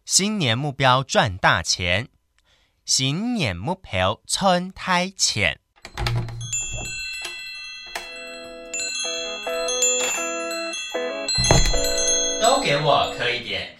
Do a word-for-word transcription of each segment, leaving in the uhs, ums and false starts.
新年目标赚大钱，新年目标存太钱。都给我磕一点。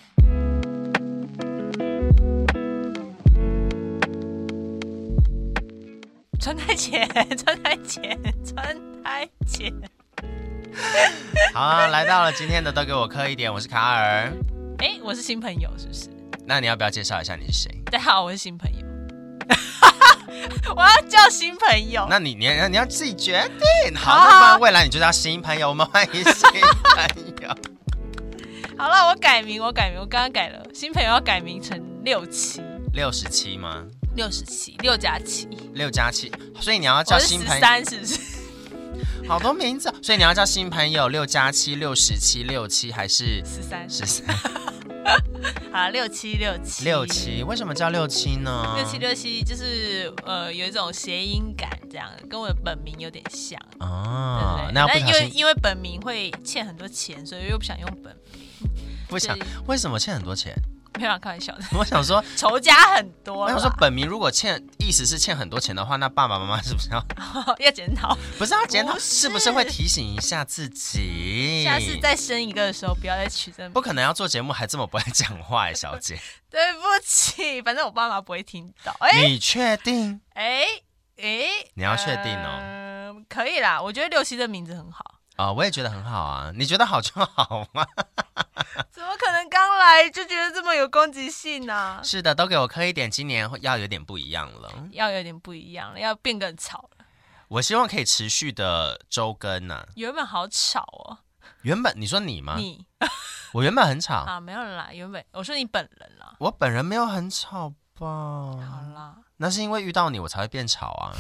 存太钱，存太钱，存太钱。 好啊，来到了今天的都给我磕一点，我是卡尔。 哎，我是新朋友，是不是？ 那你要不要介绍一下你是谁？ 大家好，我是新朋友。我要叫新朋友。 那你你你要自己决定。好，那不然未来你就叫新朋友。我们欢迎新朋友。 好了，我改名，我改名，我刚刚改了，新朋友要改名成六七。 六十七吗？ 六十七，六加七。 六加七，所以你要叫新朋友。 我是十三，是不是？ 好多名字，所以你要叫新朋友六加七、六十七、六七还是十三？ 十三。 好，六七六七六七，为什么叫六七呢？ 六七六七就是呃有一种谐音感，这样跟我的本名有点像哦。 对对， 那但因为因为本名会欠很多钱，所以又不想用本名。 不想？为什么欠很多钱？ 没有开玩笑的。 我想说仇家很多。 我想说本名如果欠，意思是欠很多钱的话，那爸爸妈妈是不是要、 哦、要检讨？ 不是要检讨，是不是会提醒一下自己？ 下次再生一个的时候，不要再取这名。 不可能要做节目还这么不会讲话哎，小姐。 对不起，反正我爸妈不会听到。哎， 你确定？ 哎哎， 你要确定哦、 呃。可以啦，我觉得六七的名字很好。 哦，我也觉得很好啊，你觉得好就好嘛。 怎么可能刚来就觉得这么有攻击性呢、啊？ 是的，都给我磕一点，今年要有点不一样了， 要有点不一样了，要变更吵了。 我希望可以持续的周更啊。 原本好吵哦。 原本你说你吗？ 你， 我原本很吵啊，没有啦，原本我说你本人啦。 我本人没有很吵吧？ 好啦， 那是因为遇到你我才会变吵啊。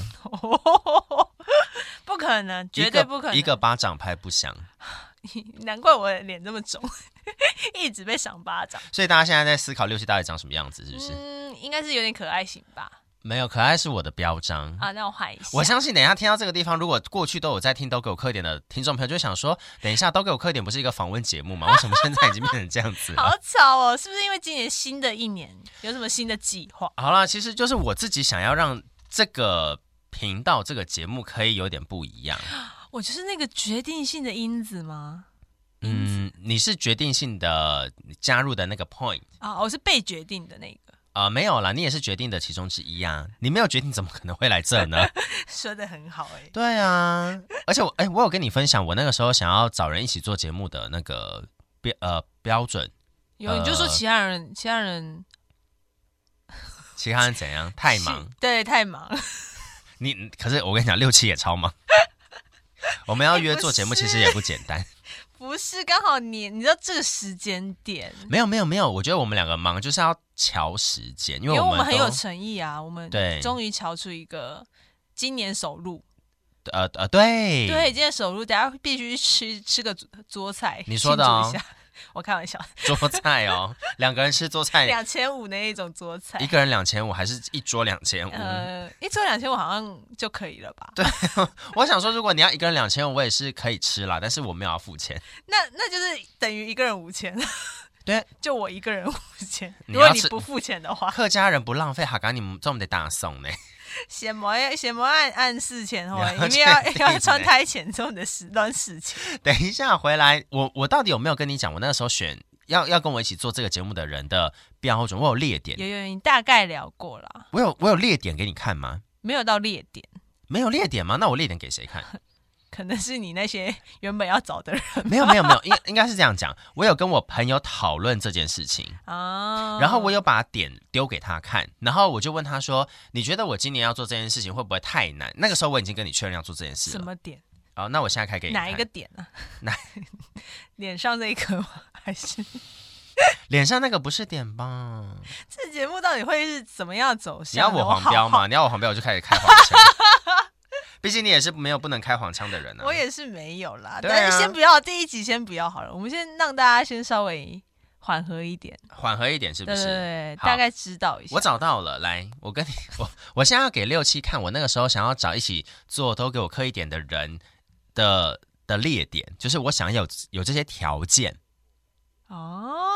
不可能，绝对不可能， 一个巴掌拍不响。 难怪我的脸这么肿，一直被赏巴掌。 所以大家现在在思考六七到底长什么样子，是不是？ 嗯，应该是有点可爱型吧。 没有，可爱是我的标章啊。那我换一下。 我相信等一下听到这个地方，如果过去都有在听都给我磕点的听众朋友，就会想说，等一下都给我磕点不是一个访问节目吗？为什么现在已经变成这样子了？ 好吵哦！是不是因为今年新的一年有什么新的计划？ 好啦，其实就是我自己想要让这个频道这个节目可以有点不一样。 我就是那个决定性的因子吗？ 嗯，你是决定性的加入的那个 point 啊，我是被决定的那个啊、呃，没有啦，你也是决定的其中之一啊。你没有决定，怎么可能会来这呢？ 说得很好哎、欸。 对啊，而且我哎、欸，我有跟你分享，我那个时候想要找人一起做节目的那个标呃标准。 有，你就说其他人，呃、其他人， 其他人怎样？太忙， 对，太忙。 你可是我跟你讲，六七也超忙。我们要约做节目，其实也不简单。 不是，刚好你你知道这个时间点。 没有没有没有，我觉得我们两个忙就是要瞧时间，因为我们我们很有诚意啊，我们对终于瞧出一个今年首录。 呃呃，对对，今天首录，等下必须吃吃个桌菜。 你说的哦， 我开玩笑。 桌菜哦，两个人吃桌菜， 两千五那一种桌菜， 一个人两千五，还是一桌两千五？ 呃，一桌两千五好像就可以了吧？ 对，我想说，如果你要一个人两千五，我也是可以吃啦，但是我没有要付钱。 那那就是等于一个人五千。 对， 就我一个人五千。如果你不付钱的话， 客家人不浪费，哈嘎，你们这么得打送呢？ 什么什么按按事前哦，因为要要穿胎前这种的时段事情。 等一下回来，我我到底有没有跟你讲？我那个时候选要要跟我一起做这个节目的人的标准，我有列点。 有有，你大概聊过啦。 我有我有列点给你看吗？ 没有到列点。 没有列点吗？那我列点给谁看？ 可能是你那些原本要找的人。 没有没有没有，应应该是这样讲。我有跟我朋友讨论这件事情啊，然后我有把点丢给他看，然后我就问他说：“你觉得我今年要做这件事情会不会太难？”那个时候我已经跟你确认要做这件事了。 什么点？ 好，那我现在开给你看。 哪一个点啊？ 哪？ 脸上这一颗吗？还是脸上那个不是点吧？ 这节目到底会是怎么样走向？ 你要我黄标吗？你要我黄标，我就开始开黄腔。毕竟你也是没有不能开黄腔的人啊。 我也是没有啦， 啊、 但是先不要，第一集先不要好了，我们先让大家先稍微缓和一点， 缓和一点是不是？ 对对对，大概知道一下。 我找到了，来，我跟你，我我现在要给六七看，我那个时候想要找一起做都给我磕一点的人的的列点，就是我想有有这些条件。 哦，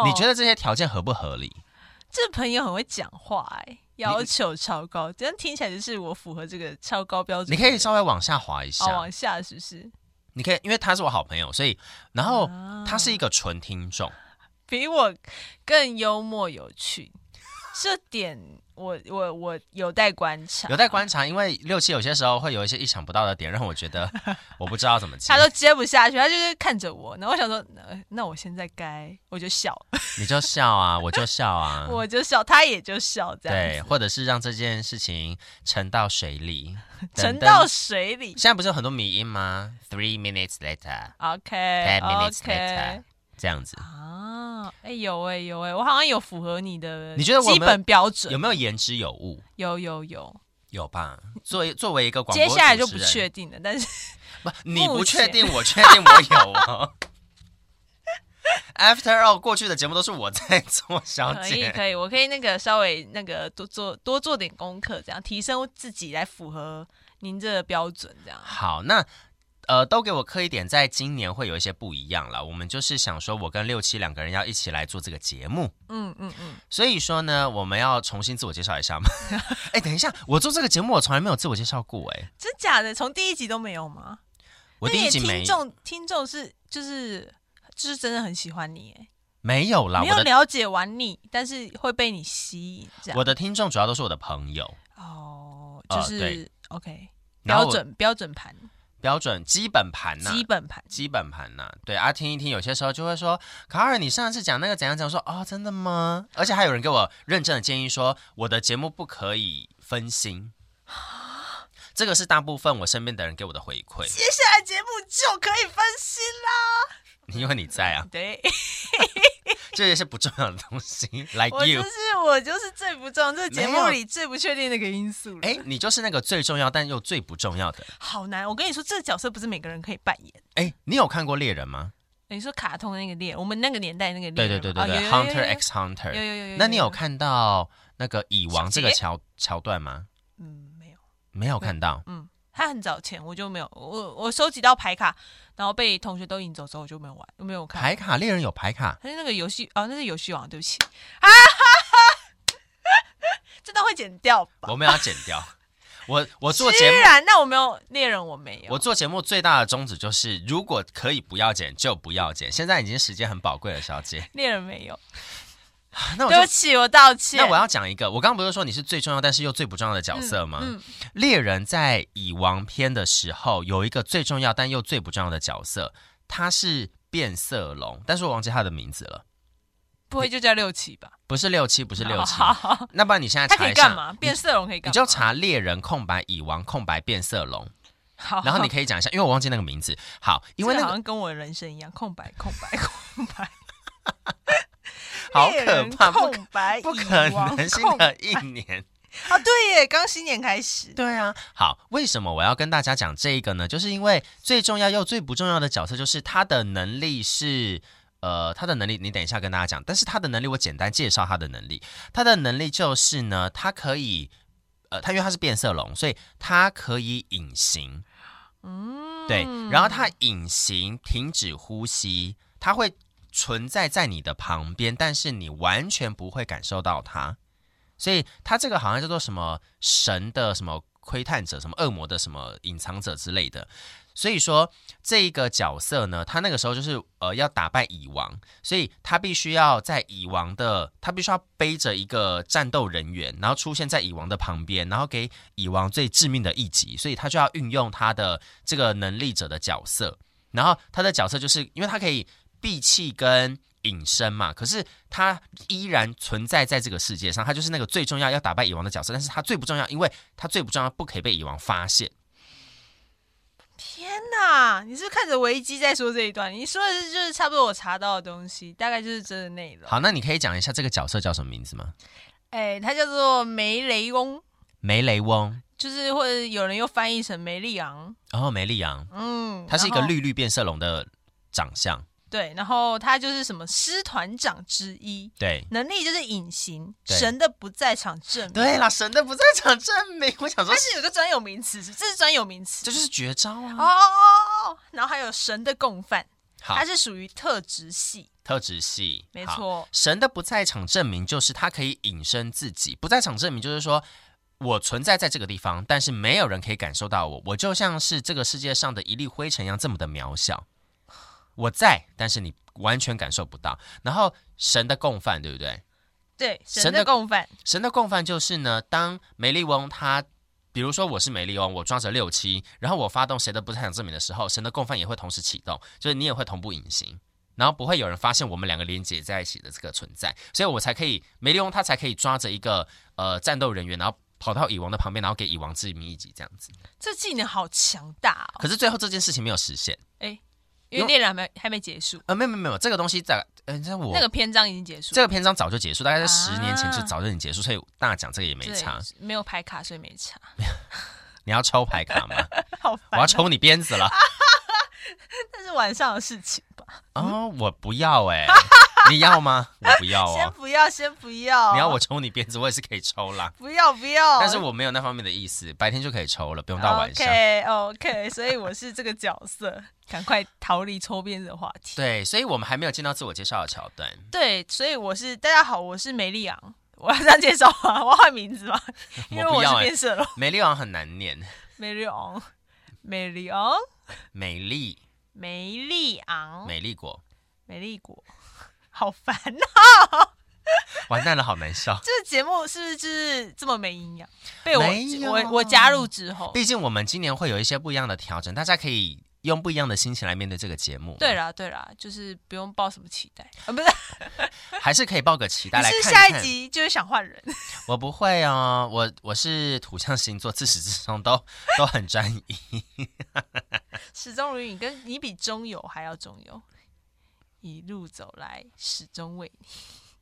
哦， 你觉得这些条件合不合理？ 这朋友很会讲话哎、欸，要求超高，这样听起来就是我符合这个超高标准。 你可以稍微往下滑一下， 哦，往下是不是？ 你可以，因为他是我好朋友，所以然后他是一个纯听众，啊、 比我更幽默有趣，这点我我我有待观察， 有待观察，因为六七有些时候会有一些意想不到的点，让我觉得我不知道怎么接， 他都接不下去，他就是看着我，然后我想说，呃、那我现在该我就笑， 你就笑啊，我就笑啊， 我就笑，他也就笑，这样子对，或者是让这件事情沉到水里， 沉到水里。 现在不是有很多迷音吗 ？Three minutes later，OK，Ten minutes later， 这样子啊，哎、欸、有哎、欸、有哎、欸，我好像有符合你的， 你觉得我有没有基本标准？ 有没有言之有物？ 有有有有吧？作为作为一个广播主持人， 接下来就不确定了，但是不，你不确定，我确定我有哦。After all， 过去的节目都是我在做，小姐。 可以可以，我可以那个稍微那个多做多做点功课，这样提升自己来符合您这个标准，这样。 好，那呃，都给我刻一点，在今年会有一些不一样了。我们就是想说，我跟六七两个人要一起来做这个节目。 嗯嗯嗯。 所以说呢，我们要重新自我介绍一下吗？哎，等一下，我做这个节目，我从来没有自我介绍过，哎， 真假的？从第一集都没有吗？ 我第一集没。 听众听众是就是就是真的很喜欢你，哎。 没有啦， 没有了解完你，但是会被你吸引。这样， 我的听众主要都是我的朋友。 哦，就是、呃、OK， 标准标准盘， 标准基本盘呐、啊， 基本盘， 基本盘呐、啊。对啊，听一听，有些时候就会说，卡尔，你上次讲那个怎样讲？说哦，真的吗？而且还有人给我认真的建议说，我的节目不可以分心。这个是大部分我身边的人给我的回馈。 接下来节目就可以分心啦。 因为你在啊， 对， 这也是不重要的东西。Like 我 you， 就是我就是最不重要，这个节目里最不确定的一个因素了。 哎，你就是那个最重要但又最不重要的。 好难，我跟你说，这个角色不是每个人可以扮演。 哎，你有看过猎人吗？ 你说卡通那个猎人，我们那个年代那个猎人，对对对对对、 哦、 ，Hunter x Hunter， 有有有有。 那你有看到那个蚁王这个桥桥段吗？ 嗯，没有， 没有看到。 嗯。他很早前我就没有，我我收集到牌卡，然后被同学都引走之后，我就没有玩，我没有看。 牌卡猎人有牌卡， 他是那个游戏哦，那是游戏王，对不起，啊哈哈，这段会剪掉吧？ 我们要剪掉。我我做节目， 居然那我没有猎人，我没有。 我做节目最大的宗旨就是，如果可以不要剪就不要剪。现在已经时间很宝贵了，小姐。 猎人没有。 那我对不起，我道歉。 那我要讲一个，我刚刚不是说你是最重要但是又最不重要的角色吗？嗯嗯、猎人在蚁王篇的时候有一个最重要但又最不重要的角色，他是变色龙，但是我忘记他的名字了。 不会就叫六七吧？ 不是六七，不是六七。 好好好， 那不然你现在查一下， 他可以干嘛？变色龙可以干嘛？ 你就查猎人空白蚁王空白变色龙。 好， 然后你可以讲一下，因为我忘记那个名字。好，因为、那个、 好像跟我的人生一样，空白空白空白。 好可怕！ 空白不可能，新的一年啊，对耶，刚新年开始。 对啊，好，为什么我要跟大家讲这一个呢？就是因为最重要又最不重要的角色，就是他的能力是，呃，他的能力你等一下跟大家讲，但是他的能力我简单介绍他的能力，他的能力就是呢，他可以，呃，他因为他是变色龙，所以他可以隐形，嗯，对，然后他隐形，停止呼吸，他会存在在你的旁边，但是你完全不会感受到它，所以它这个好像叫做什么神的什么窥探者，什么恶魔的什么隐藏者之类的。所以说这一个角色呢，他那个时候就是呃要打败蚁王，所以他必须要在蚁王的，他必须要背着一个战斗人员，然后出现在蚁王的旁边，然后给蚁王最致命的一击，所以他就要运用他的这个能力者的角色，然后他的角色就是因为他可以闭气跟隐身嘛，可是他依然存在在这个世界上，他就是那个最重要要打败蚁王的角色，但是他最不重要，因为他最不重要不可以被蚁王发现。 天哪，你是不是看着维基在说这一段？你说的是就是差不多我查到的东西，大概就是这个内容。 好，那你可以讲一下这个角色叫什么名字吗？ 哎，他叫做梅雷翁。 梅雷翁。 就是或者有人又翻译成梅利昂。 哦，梅利昂。 嗯， 他是一个绿绿变色龙的长相。 对，然后他就是什么师团长之一， 对， 能力就是隐形，神的不在场证明。 对啦，神的不在场证明。我想说， 它是有个专有名词，这是专有名词， 这就是绝招啊！ 哦，然后还有神的共犯， 它是属于特质系。 特质系， 没错。 神的不在场证明就是他可以隐身自己，不在场证明就是说我存在在这个地方，但是没有人可以感受到我，我就像是这个世界上的一粒灰尘一样这么的渺小。我在，但是你完全感受不到。然后神的共犯，对不对？ 对，神的共犯。 神的共犯就是呢，当梅丽翁他。比如说我是梅丽翁，我抓着六七，然后我发动谁的不在场证明的时候，神的共犯也会同时启动，就是你也会同步隐形，然后不会有人发现我们两个连接在一起的这个存在，所以我才可以梅丽翁他才可以抓着一个呃战斗人员，然后跑到蚁王的旁边，然后给蚁王致命一击这样子。 这技能好强大哦！ 可是最后这件事情没有实现， 哎，因为猎人还没还没结束。 呃，没有没有没有，这个东西在呃，我那个篇章已经结束， 这个篇章早就结束，大概在十年前就早就已经结束，所以大讲这个也没差， 没有牌卡，所以没差。 你要抽牌卡吗？ 好烦， 我要抽你鞭子了。 那是晚上的事情吧？ 哦，我不要哎、欸，你要吗？我不要哦。 先不要，先不要。 你要我抽你鞭子，我也是可以抽啦。 不要不要， 但是我没有那方面的意思，白天就可以抽了，不用到晚上。 OK OK， 所以我是这个角色，赶快逃离抽鞭子的话题。 对，所以我们还没有见到自我介绍的桥段。 对，所以我是大家好，我是梅丽昂。我要这样介绍吗？我要换名字吗？因为我是变色龙。 梅丽昂很难念。 梅丽昂，梅丽昂， 美丽， 梅丽昂， 美丽果， 美丽果，好烦啊！ 完蛋了，好难笑。 这个节目是不是就是这么没营养？被我我我加入之后， 毕竟我们今年会有一些不一样的调整，大家可以用不一样的心情来面对这个节目。 对啦对啦，就是不用抱什么期待啊，不是， 还是可以抱个期待来看看。 是下一集就是想换人？ 我不会哦，我我是土象星座，自始至终都都很专一， 始终如一，跟你比中友还要中友，一路走来始终为你。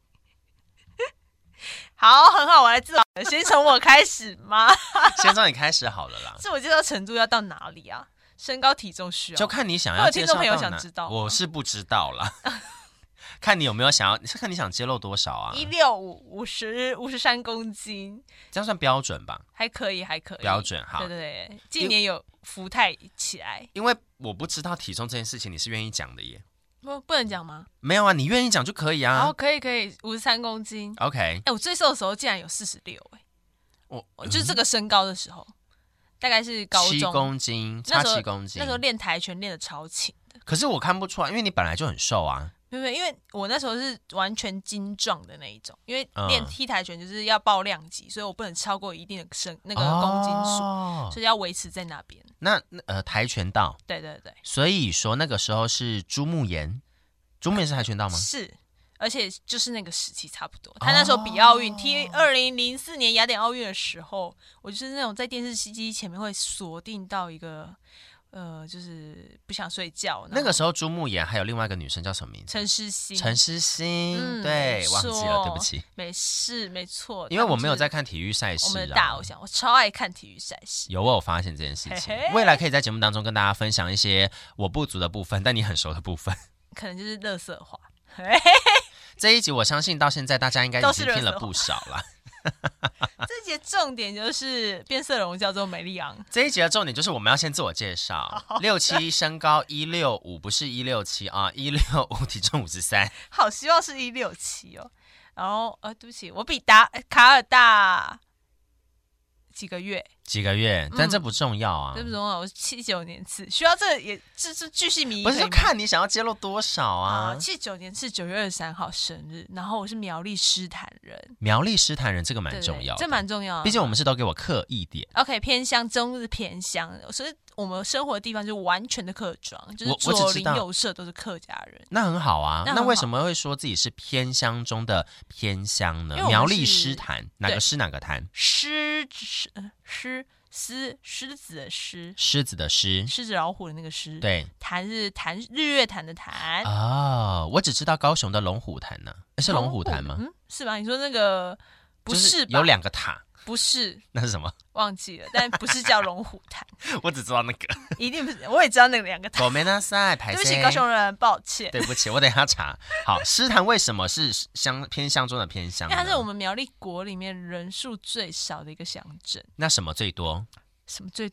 好，很好，我来自我，先从我开始吗？ 先从你开始好了啦。 自我介绍程度要到哪里啊？身高体重需要， 就看你想要介绍到哪。 听众朋友想知道， 我是不知道啦。看你有没有想要，看你想揭露多少啊？ 一六五五十五十三公斤， 这样算标准吧？ 还可以，还可以， 标准好。 对对对，今年有福态起来。 因为我不知道体重这件事情，你是愿意讲的耶。 不不能讲吗？ 没有啊，你愿意讲就可以啊。 哦，可以可以，五十三公斤。 OK， 哎、欸，我最瘦的时候竟然有四十六，哎，我、嗯、就是这个身高的时候，大概是高中七公斤，差七公斤。 那时候练跆拳练的超勤的。 可是我看不出来，因为你本来就很瘦啊。 对不对？因为我那时候是完全精壮的那一种，因为练踢跆拳就是要报量级，嗯、所以我不能超过一定的身那个公斤数，哦、所以要维持在那边。 那呃，跆拳道， 对对对， 所以说那个时候是朱木炎，朱木炎是跆拳道吗？ 是，而且就是那个时期差不多。他那时候比奥运，踢二零零四年雅典奥运的时候，我就是那种在电视机前面会锁定到一个。呃，就是不想睡觉。 那个时候，朱木炎还有另外一个女生叫什么名字？ 陈诗欣。 陈诗欣，嗯、对，忘记了，对不起。 没事，没错。 因为我没有在看体育赛事、啊。 我们的大偶像，我超爱看体育赛事。 有，我有发现这件事情。 嘿嘿， 未来可以在节目当中跟大家分享一些我不足的部分，但你很熟的部分。 可能就是垃圾话。 这一集我相信到现在大家应该已经听了不少了。 这集的重点就是变色龙叫做美丽昂。 这一集的重点就是我们要先自我介绍，六七身高一六五，不是一六七啊，一六五体重五十三。 好希望是一六七哦。然后呃，对不起，我比达卡尔大几个月， 几个月，但这不重要啊， 这不重要。我是七九年次，需要这个也这是巨细靡遗， 不是就看你想要揭露多少啊。 七九年是九月二十三号生日，然后我是苗栗诗坛人， 苗栗诗坛人这个蛮重要的， 对对，这蛮重要的。 毕竟我们是都给我刻意点 ，OK， 偏乡中日偏乡，所以我们生活的地方就是完全的客庄，就是左邻右舍都是客家人。 那很好啊， 那, 那为什么会说自己是偏乡中的偏乡呢？苗栗诗坛，哪个诗哪个坛？ 狮狮狮狮子的狮， 狮子的狮， 狮子老虎的那个狮。 对， 坛是坛日月潭的潭。 哦，我只知道高雄的龙虎潭呢、啊，是龙虎潭吗？ 嗯，是吧？你说那个不是吧？ 就是有两个塔。 不是， 那是什么？ 忘记了，但不是叫龙虎潭。 我只知道那个， 一定不是，我也知道那两个潭。 狗没那塞， 对不起，高雄人，抱歉。 对不起，我等一下查。好，诗坛为什么是乡偏乡中的偏乡？ 因为它是我们苗栗国里面人数最少的一个乡镇。 那什么最多？ 什么最多？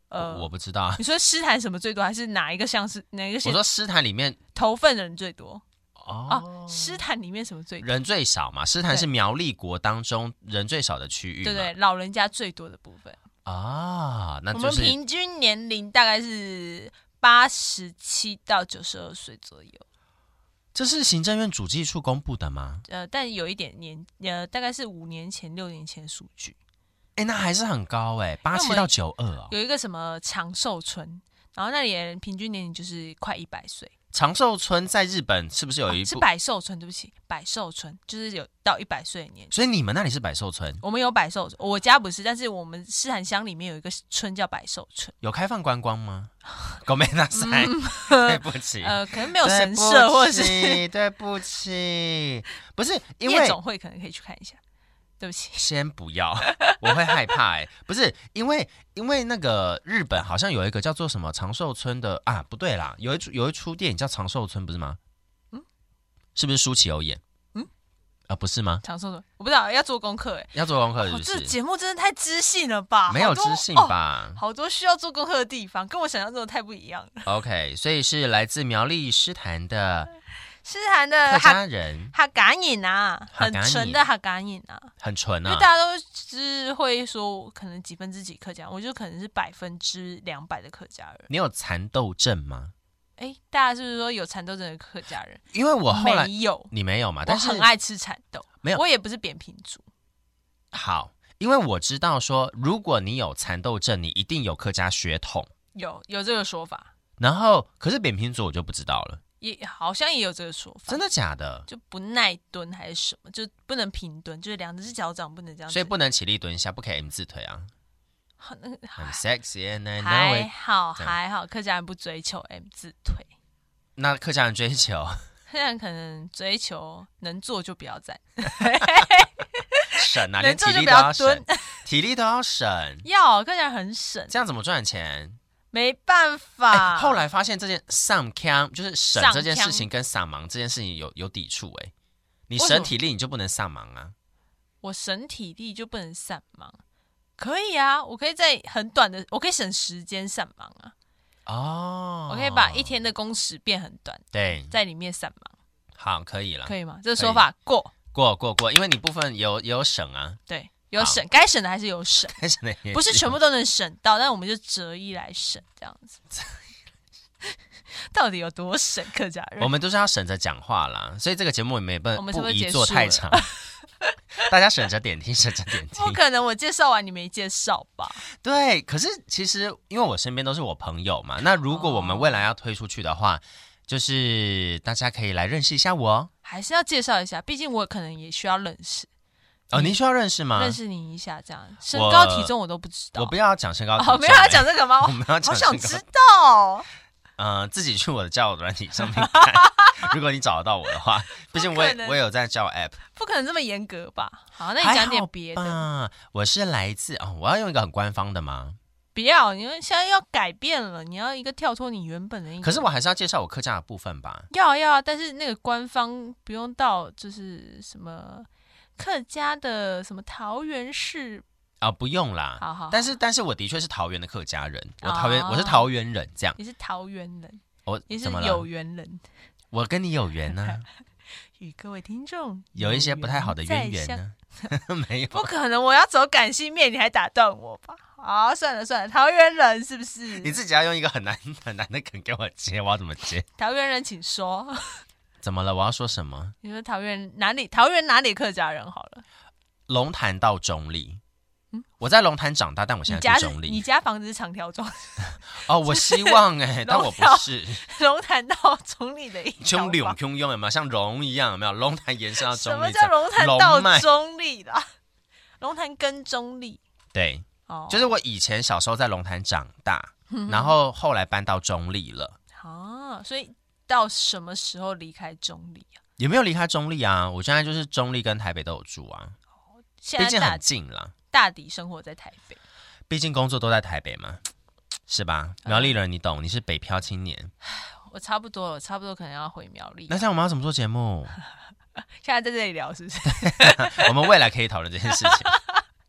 呃， 我, 我不知道。 你说诗坛什么最多，还是哪一个像是哪一个县？ 我说诗坛里面投份人最多。 哦， 啊，诗坛里面什么最多？ 人最少嘛，诗坛是苗栗国当中人最少的区域嘛， 对对，老人家最多的部分啊，那、就是、 我们平均年龄大概是八十七到九十二岁左右。 这是行政院主计处公布的吗？ 呃，但有一点年，呃，大概是五年前、六年前的数据。 哎，那还是很高哎，八七到九二哦。 有一个什么长寿村，然后那里的人平均年龄就是快一百岁。 长寿村在日本是不是有一部、 啊、是百寿村？对不起，百寿村就是有到一百岁的年龄。 所以你们那里是百寿村？ 我们有百寿村，我家不是，但是我们诗坛乡里面有一个村叫百寿村。 有开放观光吗？ごめんなさい，对不起， 呃，可能没有神社，或者是对不起，不是因为夜总会可能可以去看一下。对不起， 先不要，我会害怕哎、欸。不是因为，因为那个日本好像有一个叫做什么长寿村的啊，不对啦，有一出有一出电影叫长寿村，不是吗？嗯，是不是舒淇有演？嗯，啊，不是吗？ 长寿村我不知道，要做功课哎、欸， 要做功课是不是？ 哦、这节目真的太知性了吧？ 没有知性吧、 哦？好多需要做功课的地方，跟我想象中的太不一样了。 OK， 所以是来自苗栗诗坛的。 诗坛的客家人哈嘎饮啊，很纯的哈嘎饮啊， 很纯啊， 因为大家都是会说可能几分之几客家人，我就可能是百分之两百的客家人。 你有蚕豆症吗？ 哎，大家是不是说有蚕豆症的客家人？ 因为我后来没有， 你没有嘛？但是我很爱吃蚕豆， 没有， 我也不是扁平足。 好，因为我知道说，如果你有蚕豆症，你一定有客家血统， 有有这个说法。 然后，可是扁平足我就不知道了。 也好像也有这个说法， 真的假的？ 就不耐蹲还是什么，就不能平蹲，就是两只脚掌不能这样子， 所以不能起立蹲下，不可以 M 字腿啊。 很 sexy and I know it。 还好还好，客家人不追求 M 字腿。 那客家人追求？ 客家人可能追求能坐就不要站， 省啊，连体力都要省，体力都要省。 要客家人很省， 这样怎么赚钱？ 没办法、 欸，后来发现这件上腔就是省这件事情跟上忙这件事情有有抵触哎、欸，你省体力你就不能上忙啊？ 我省体力就不能上忙？可以啊，我可以在很短的，我可以省时间上忙啊。哦，我可以把一天的工时变很短， 对， 在里面上忙。 好，可以了， 可以吗？这个说法过过过过，因为你部分有有省啊， 对。有省，该省的还是有省， 该省的也不是全部都能省到，但我们就择一来省这样子。到底有多省客家人？ 我们都是要省着讲话啦，所以这个节目也没不不宜做太长，大家省着点听，省着点听。 不可能，我介绍完你没介绍吧？ 对，可是其实因为我身边都是我朋友嘛，那如果我们未来要推出去的话，哦、就是大家可以来认识一下我哦， 还是要介绍一下，毕竟我可能也需要认识。 哦，您需要认识吗？ 认识你一下，这样身高体重我都不知道。 我不要讲身高体重， 哦，没有要讲这个吗？ 我没有讲， 好想知道。 呃，自己去我的交友软体上面看，如果你找得到我的话，毕竟我也我也有在交友 App， 不可能这么严格吧？好，那你讲点别的。 我是来自哦，我要用一个很官方的吗？ 不要，因为现在要改变了，你要一个跳脱你原本的一个。 可是我还是要介绍我客家的部分吧。 要要，但是那个官方不用到，就是什么。客家的什么桃园市啊、哦，不用啦。 好 好, 好， 但是但是我的确是桃园的客家人，我桃园、哦、我是桃园人，这样。 你是桃园人， 我你是有缘人， 我跟你有缘呢、啊。 与各位听众有一些不太好的渊源呢。没有， 不可能，我要走感性面，你还打断我吧？好，算了算了，桃园人是不是？ 你自己要用一个很难很难的梗给我接，我要怎么接？ 桃园人，请说。 怎么了？我要说什么？ 你说桃园哪里？桃园哪里客家人好了？ 龙潭到中立。嗯，我在龙潭长大，但我现在住中立。 你家房子是长条状？ 哦，我希望哎、欸，但我不是。 龙潭到中立的一条房，龙中有没有像龙一样？有没有龙潭延伸到中立？ 什么叫龙潭到中立啦？龙潭跟中立。 对，哦，就是我以前小时候在龙潭长大，嗯、然后后来搬到中立了。 哦，所以。到什么时候离开中立啊？ 也没有离开中立啊，我现在就是中立跟台北都有住啊，毕竟很近啦。 大抵生活在台北， 毕竟工作都在台北嘛，是吧？苗栗人你懂，你是北漂青年。 我差不多了，差不多可能要回苗栗。 那这样我们要怎么做节目？ 现在在这里聊是不是？ 我们未来可以讨论这件事情。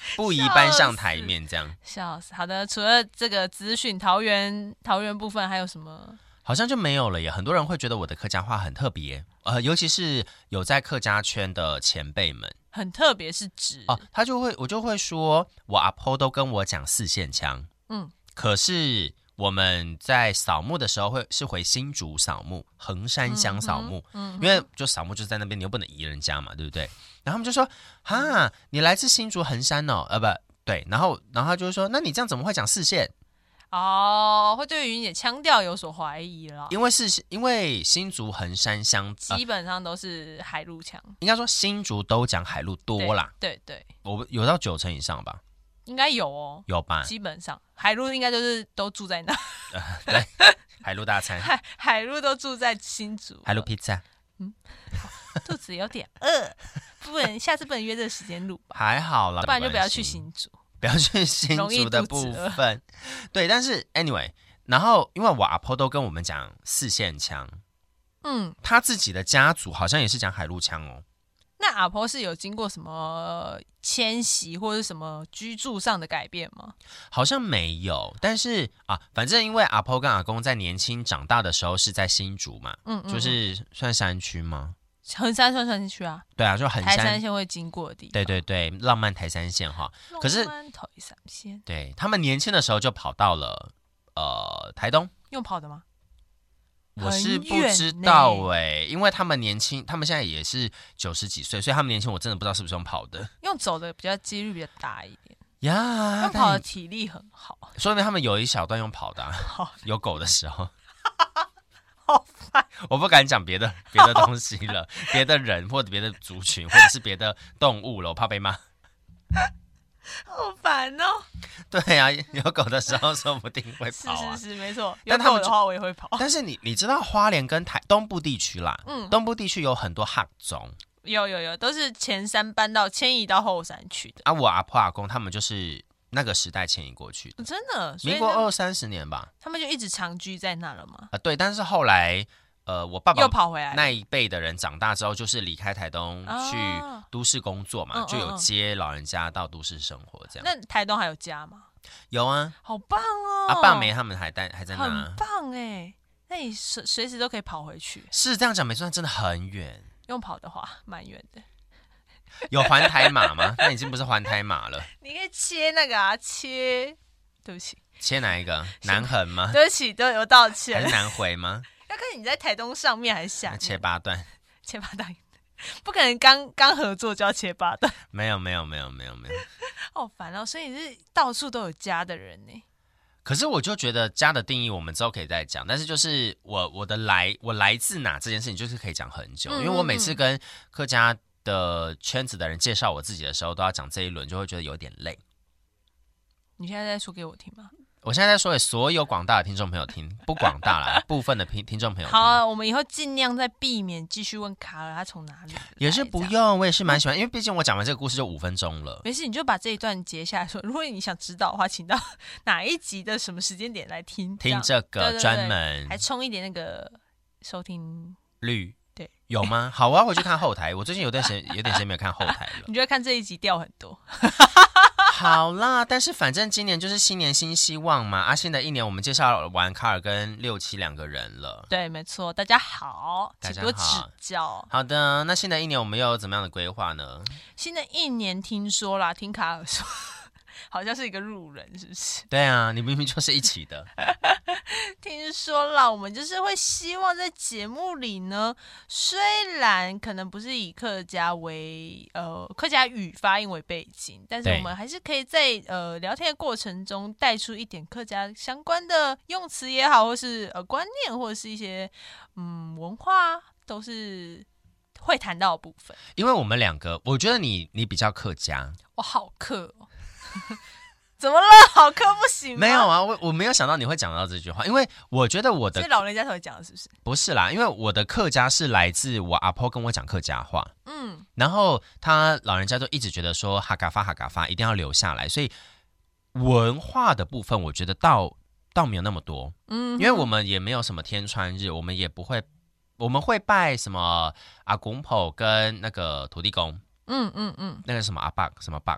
不宜搬上台面这样。 笑死！好的，除了这个资讯，桃园桃园部分还有什么？ 好像就没有了耶。很多人会觉得我的客家话很特别，呃，尤其是有在客家圈的前辈们。 很特别是指哦，他就会我就会说，我阿婆都跟我讲四线腔，嗯，可是我们在扫墓的时候会是回新竹扫墓，横山乡扫墓，嗯，因为就扫墓就是在那边，你又不能移人家嘛，对不对？然后他们就说，哈，你来自新竹横山哦，呃，不对，然后然后他就说，那你这样怎么会讲四线？ 哦，会对于你的腔调有所怀疑了， 因为是因为新竹横山乡、 呃、基本上都是海陆腔， 应该说新竹都讲海陆多啦， 对 对, 对， 我有到九成以上吧， 应该有哦， 有吧？ 基本上海陆应该就是都住在那， 呃、对，海陆大餐， 海海陆都住在新竹， 海陆披萨， 嗯，肚子有点饿，不然下次不能约这个时间录吧？ 还好啦， 不然就不要去新竹。 不要去新竹的部分，对，但是 anyway， 然后因为我阿婆都跟我们讲四线腔，嗯，他自己的家族好像也是讲海陆腔哦。 那阿婆是有经过什么迁徙或者什么居住上的改变吗？ 好像没有，但是啊，反正因为阿婆跟阿公在年轻长大的时候是在新竹嘛，嗯, 嗯, 嗯，就是算山区吗？ 横山算山区啊， 对啊，就横山台山线会经过的地方， 对对对，浪漫台山线哈。可是浪漫台山线， 对他们年轻的时候就跑到了呃台东， 用跑的吗？ 我是不知道哎、欸，因为他们年轻，他们现在也是九十几岁，所以他们年轻，我真的不知道是不是用跑的， 用走的比较几率比较大一点呀。 用跑的体力很好， 说明他们有一小段用跑的、啊，有狗的时候。 好烦， 我不敢讲别的别的东西了，别的人或者别的族群或者是别的动物了，我怕被骂。 好烦哦。 对啊，有狗的时候说不定会跑啊。 是是是，没错。有狗的话我也会跑。 但是你你知道花莲跟台东部地区啦，嗯，东部地区有很多汉族， 有有有，都是前山搬到迁移到后山去的。 啊，我阿婆阿公他们就是那个时代迁移过去的， 真的， 民国二三十年吧， 他们就一直长居在那了吗？ 啊、呃，对，但是后来，呃，我爸爸又跑回来， 那一辈的人长大之后，就是离开台东去都市工作嘛，哦、就有接老人家到都市生活这样。 那台东还有家吗？ 有啊， 好棒哦！ 阿爸梅他们还在还在那， 很棒哎，那你随随时都可以跑回去。 是这样讲没错，真的很远， 用跑的话蛮远的。 有环台马吗？那已经不是环台马了。 你可以切那个啊，切，对不起， 切哪一个？南横吗？ 对不起，对我道歉。 还是南回吗？ 要看你在台东上面还是下面。 切八段， 切八段，不可能刚刚合作就要切八段。 没有没有没有没有没有， 好烦哦！所以你是到处都有家的人呢。 可是我就觉得家的定义我们之后可以再讲，但是就是我我的来我来自哪这件事情就是可以讲很久，嗯嗯嗯，因为我每次跟客家的圈子的人介绍我自己的时候，都要讲这一轮，就会觉得有点累。 你现在在说给我听吗？ 我现在在说给所有广大的听众朋友听，不广大啦，部分的听众朋友听。 好、啊，我们以后尽量在避免继续问卡尔他从哪里来。 也是不用，我也是蛮喜欢，因为毕竟我讲完这个故事就五分钟了。 没事，你就把这一段截下来说。如果你想知道的话，请到哪一集的什么时间点来听。 听这个专门还充一点那个收听率。 对， 有吗？好，我要回去看后台。我最近有段时间有点时间没有看后台了。 你就会看这一集掉很多。 好啦，但是反正今年就是新年新希望嘛。啊，新的一年我们介绍完卡尔跟六七两个人了。 对，没错，大家好，请多指教。 好的，那新的一年我们又有怎么样的规划呢？ 新的一年听说啦，听卡尔说，好像是一个路人，是不是？ 对啊，你明明就是一起的。 听说啦，我们就是会希望在节目里呢，虽然可能不是以客家为呃客家语发音为背景，但是我们还是可以在呃聊天的过程中带出一点客家相关的用词也好，或是呃观念，或者是一些嗯文化，都是会谈到的部分。 因为我们两个，我觉得你你比较客家， 我好客哦。怎么了？好客不行吗？ 没有啊，我我没有想到你会讲到这句话，因为我觉得我的是老人家才会讲的，是不是？ 不是啦，因为我的客家是来自我阿婆跟我讲客家话，嗯，然后他老人家就一直觉得说哈嘎发哈嘎发一定要留下来，所以文化的部分我觉得倒倒没有那么多，嗯，因为我们也没有什么天穿日，我们也不会，我们会拜什么阿公婆跟那个土地公，嗯嗯嗯，那个什么阿爸什么爸。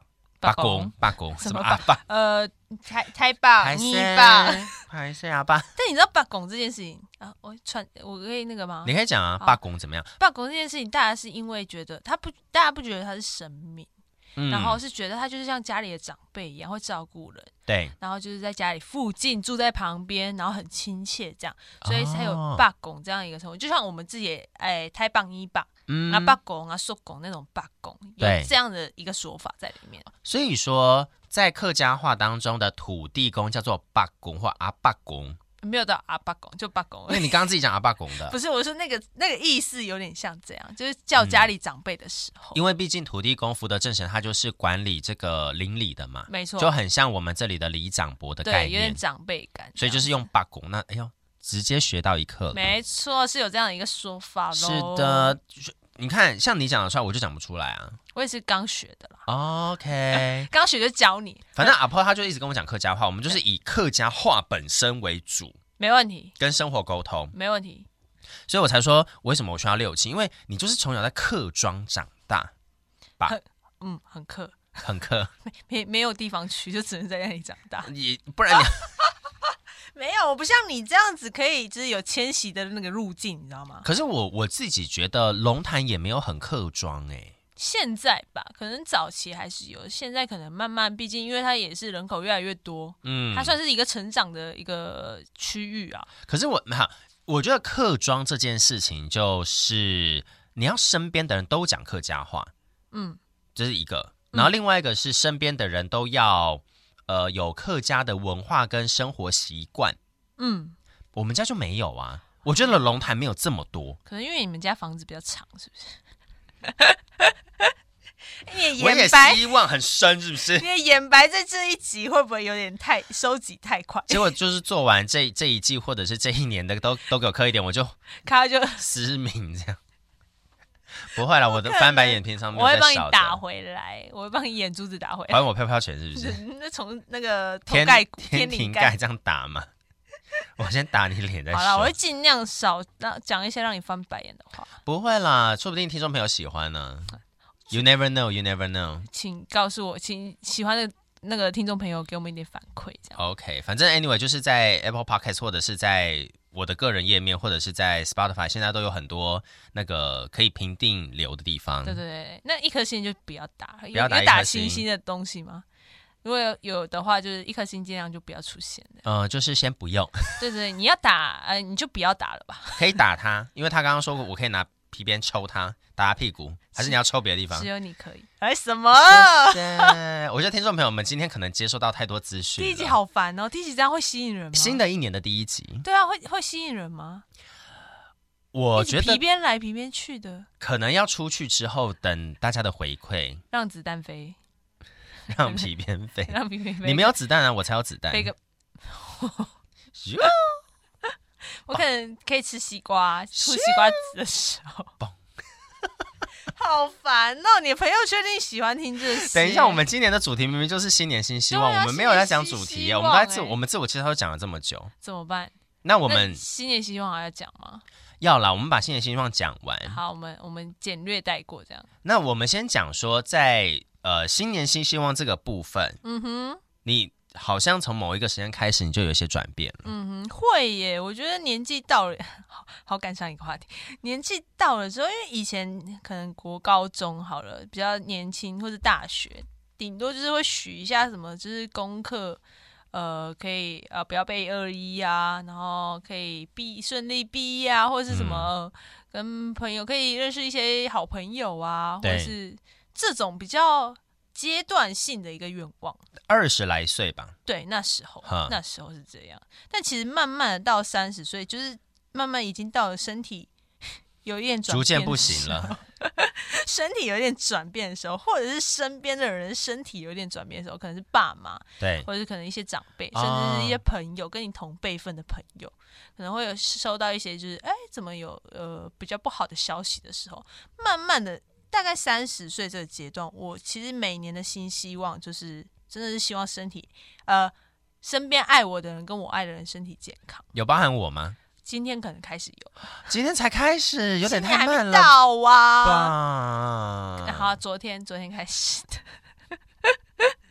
罢工罢工什么阿爸？ 呃，台台爸、你爸、 拍谁阿爸？ 但你知道罢工这件事情啊？我传我可以那个吗？ 你可以讲啊，罢工怎么样？ 罢工这件事情，大家是因为觉得他不，大家不觉得他是神明。嗯、然后是觉得他就是像家里的长辈一样会照顾人， 对， 然后就是在家里附近住在旁边，然后很亲切这样，所以才有罢工这样一个称呼。就像我们自己哎，太棒一棒，嗯，啊罢工啊叔公那种罢工，有这样的一个说法在里面。 所以说，在客家话当中的土地公叫做罢工或阿罢工。 没有到阿爸公就爸公， 因为你刚刚自己讲阿爸公的， 不是我说那个那个意思有点像这样，就是叫家里长辈的时候， 嗯、因为毕竟土地公福德正神他就是管理这个邻里的嘛， 没错， 就很像我们这里的里长伯的概念， 对，有点长辈感， 所以就是用爸公，那哎呦，直接学到一课了， 没错，是有这样的一个说法咯。 是的，你看像你讲得出来，我就讲不出来啊。 我也是刚学的啦 ，OK， 刚学就教你。 反正阿婆他就一直跟我讲客家话，我们就是以客家话本身为主。 没问题， 跟生活沟通没问题， 所以我才说为什么我需要六亲，因为你就是从小在客庄长大吧， 很嗯，很客， 很客， 没没有地方去，就只能在那里长大。 你不然你没有，我不像你这样子可以就是有迁徙的那个路径，你知道吗？ 可是我我自己觉得龙潭也没有很客庄哎、欸。 现在吧，可能早期还是有，现在可能慢慢，毕竟因为它也是人口越来越多，嗯，它算是一个成长的一个区域啊。 可是我哈，我觉得客庄这件事情，就是你要身边的人都讲客家话，嗯，这是一个，然后另外一个是身边的人都要呃有客家的文化跟生活习惯，嗯，我们家就没有啊。我觉得龙潭没有这么多， 可能因为你们家房子比较长，是不是？ 我也希望很深，是不是？ 你的眼白在这一集会不会有点太收集太快？ 结果就是做完这这一季或者是这一年的都都给我磕一点，我就他就失明这样。不会啦，我的翻白眼平常没有在少的。 我会帮你打回来，我会帮你眼珠子打回来， 还我飘飘拳是不是？ 那从那个头盖骨、 天庭盖这样打嘛。我先打你脸再说。 好啦，我会尽量少讲一些让你翻白眼的话。 不会啦，说不定听众朋友喜欢呢。You never know, you never know。 请告诉我，请喜欢的那个听众朋友给我们一点反馈，这样。 OK， 反正 anyway 就是在 Apple Podcast 或者是在我的个人页面，或者是在 Spotify， 现在都有很多那个可以评定留的地方。 对对对，那一颗星就不要打， 不要打有打星星的东西吗？如果 有, 有的话，就是一颗星尽量就不要出现的。 呃，就是先不用。 对对，你要打，呃，你就不要打了吧。 可以打他，因为他刚刚说过，我可以拿皮鞭抽他，打他屁股，还是你要抽别的地方？ 只有你可以。哎，什么？ 对，我觉得听众朋友们今天可能接收到太多资讯。 第一集好烦哦，第一集这样会吸引人吗？ 新的一年的第一集。 对啊，会会吸引人吗？ 我觉得皮鞭来皮鞭去的， 可能要出去之后等大家的回馈， 让子弹飞。 让皮鞭飞， 让皮鞭飞。 你没有子弹啊，我才有子弹。 飞个，我可能可以吃西瓜，吐西瓜籽的时候。好烦哦！你的朋友确定喜欢听这些？ 等一下，我们今年的主题明明就是新年新希望，啊、我们没有在讲主题，我们在自我们自我介绍都讲了这么久， 怎么办？ 那我们新年希望还要讲吗？ 要啦，我们把新年新希望讲完。 好，我们我们简略带过这样。 那我们先讲说在。呃，新年新希望这个部分，嗯哼，你好像从某一个时间开始，你就有一些转变了。 嗯哼，会耶。我觉得年纪到了，好好赶上一个话题。年纪到了之后，因为以前可能国高中好了，比较年轻或者大学，顶多就是会许一下什么，就是功课，呃，可以呃不要背二一啊，然后可以毕顺利毕业啊，或者是什么、嗯、跟朋友可以认识一些好朋友啊，或者是。这种比较阶段性的一个愿望， 二十来岁吧。 对，那时候那时候是这样，但其实慢慢的到三十岁，就是慢慢已经到了身体有一点转变， 逐渐不行了。 身体有点转变的时候，或者是身边的人身体有点转变的时候，可能是爸妈， 对， 或者是可能一些长辈，甚至是一些朋友，跟你同辈分的朋友，可能会有收到一些就是哎，怎么有呃比较不好的消息的时候，慢慢的。大概三十岁这个阶段，我其实每年的新希望就是真的是希望身体，呃，身边爱我的人跟我爱的人身体健康。 有包含我吗？ 今天可能开始有， 今天才开始，有点太慢了还没到啊！ 吧？ 好，昨天昨天开始的。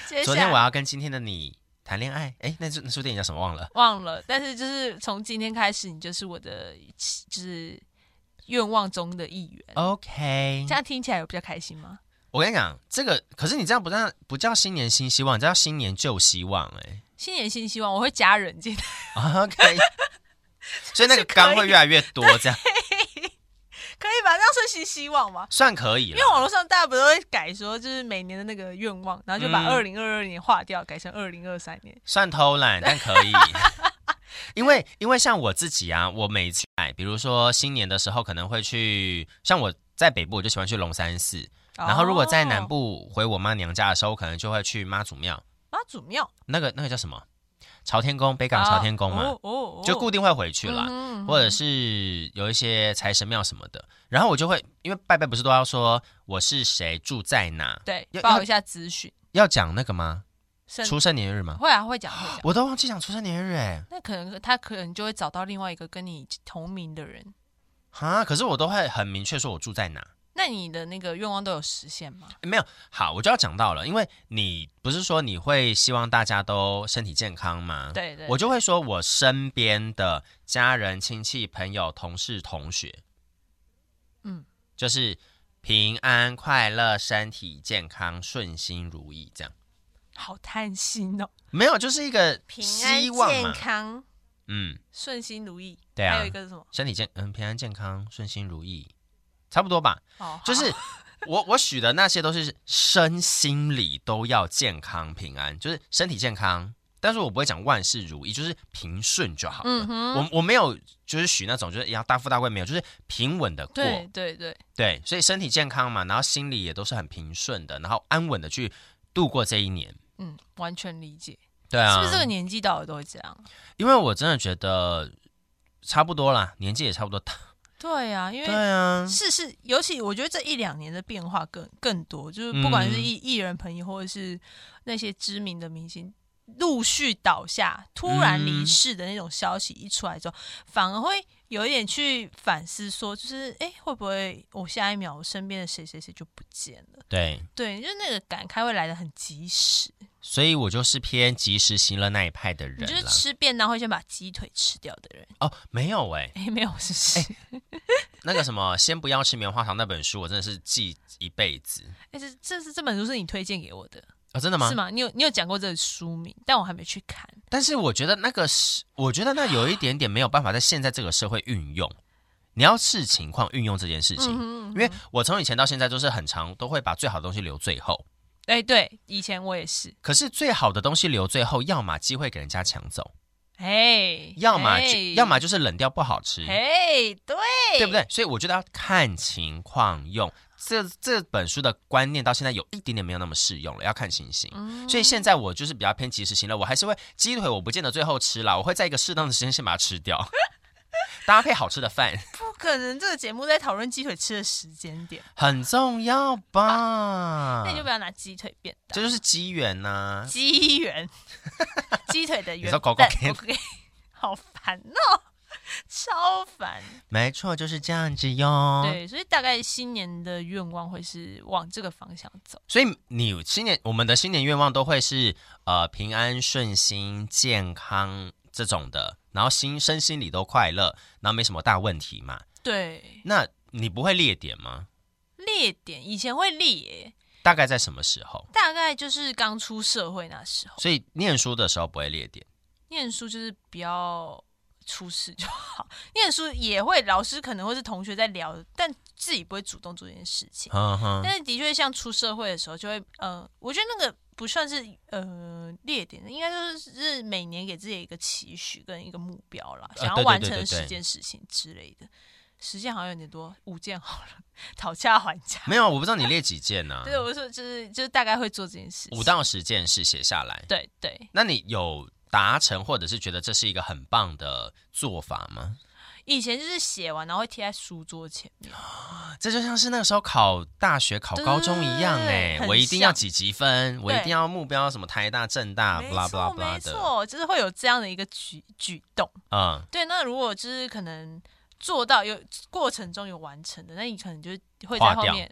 昨天我要跟今天的你谈恋爱，哎，那那部电影叫什么忘了？ 忘了。但是就是从今天开始，你就是我的就是愿望中的一员。 OK， 这样听起来有比较开心吗？ 我跟你讲，这个可是你这样不叫不叫新年新希望，这叫新年旧希望哎、欸。 新年新希望，我会加人进来。 OK， 所以那个缸会越来越多，这样可以吧？这样算新希望吗？ 算可以了。 因为网络上大家不都会改说，就是每年的那个愿望，然后就把二零二二年划掉，嗯、改成二零二三年。 算偷懒，但可以。因为因为像我自己啊，我每次比如说新年的时候，可能会去，像我在北部，我就喜欢去龙山寺。然后如果在南部回我妈娘家的时候，我可能就会去妈祖庙。 妈祖庙那个那个叫什么？朝天宫，北港朝天宫嘛，哦哦哦、就固定会回去啦、嗯、或者是有一些财神庙什么的。然后我就会，因为拜拜不是都要说我是谁，住在哪？ 对，报一下资讯。 要讲那个吗？出生年月日吗？ 会啊，会讲会讲。 我都忘记讲出生年月日哎、欸。 那可能他可能就会找到另外一个跟你同名的人。 哈，可是我都会很明确说我住在哪。 那你的那个愿望都有实现吗？ 没有。好，我就要讲到了，因为你不是说你会希望大家都身体健康吗？ 对 对, 对。 我就会说我身边的家人、亲戚、朋友、同事、同学，嗯，就是平安、快乐、身体健康、顺心如意，这样。 好贪心哦。 没有，就是一个希望嘛。 平安健康， 嗯， 顺心如意。 对啊。 还有一个是什么？ 身体健嗯平安健康、顺心如意。差不多吧，哦、就是我我许的那些都是身心里都要健康平安，就是身体健康，但是我不会讲万事如意，就是平顺就好了。嗯、我我没有就是许那种就是要大富大贵，没有，就是平稳的过。 对对对对，所以身体健康嘛，然后心里也都是很平顺的，然后安稳的去度过这一年。 嗯，完全理解。 对啊， 是不是这个年纪到底都会这样？ 因为我真的觉得差不多啦，年纪也差不多大。 对啊，因为对啊， 是是，尤其我觉得这一两年的变化更更多，就是不管是艺艺人朋友或者是那些知名的明星陆续倒下、突然离世的那种消息一出来之后，嗯、反而会有一点去反思说，就是哎，会不会我下一秒我身边的谁谁谁就不见了？ 对对，就是那个感慨会来得很及时。 所以我就是偏及时行乐那一派的人啦。 你就是吃便当会先把鸡腿吃掉的人哦？没有哎、 欸，哎没有是是、欸。 那个什么，先不要吃棉花糖那本书，我真的是记一辈子。 哎、欸，这这是这本书是你推荐给我的哦？真的吗？ 是吗？你有你有讲过这个书名，但我还没去看。 但是我觉得那个是，我觉得那有一点点没有办法在现在这个社会运用。你要视情况运用这件事情，嗯哼嗯哼，因为我从以前到现在都是很常都会把最好的东西留最后。 哎、欸，对，以前我也是。 可是最好的东西留最后，要么机会给人家抢走， 哎、欸， 要么就、欸、要么就是冷掉不好吃， 哎、欸，对， 对不对？所以我觉得要看情况用。这这本书的观念到现在有一点点没有那么适用了，要看情形。嗯、所以现在我就是比较偏及时行乐，我还是会鸡腿，我不见得最后吃啦，我会在一个适当的时间先把它吃掉。搭配好吃的饭， 不可能！这个节目在讨论鸡腿吃的时间点， 很重要吧？ 啊、那你就不要拿鸡腿便当， 这就是机缘呐。 机缘，鸡腿的缘。 你说狗狗给， 好烦哦，超烦。 没错，就是这样子哟。 对，所以大概新年的愿望会是往这个方向走。 所以你新年，我们的新年愿望都会是呃平安顺心、健康这种的。然后心身心里都快乐，然后没什么大问题嘛。 对。 那你不会列点吗？ 列点以前会列， 大概在什么时候？ 大概就是刚出社会那时候。 所以念书的时候不会列点。 念书就是不要出事就好。念书也会，老师可能会是同学在聊，但自己不会主动做这件事情。呵呵，但是的确像出社会的时候，就会呃，我觉得那个。不算是呃列点，应该就是每年给自己一个期许跟一个目标啦，想要完成十件事情之类的。十件好像有点多，五件好了，讨价还价。 没有，我不知道你列几件呢、啊？ 对，我说就是就是大概会做这件事情， 五到十件事写下来。 对对。 那你有达成，或者是觉得这是一个很棒的做法吗？ 以前就是写完然后会贴在书桌前面， 这就像是那个时候考大学考高中一样哎、欸，我一定要几级分，我一定要目标什么台大政大没 blah 错 blah blah 的， 没错，就是会有这样的一个举举动。嗯，对。那如果就是可能做到有过程中有完成的，那你可能就会在后面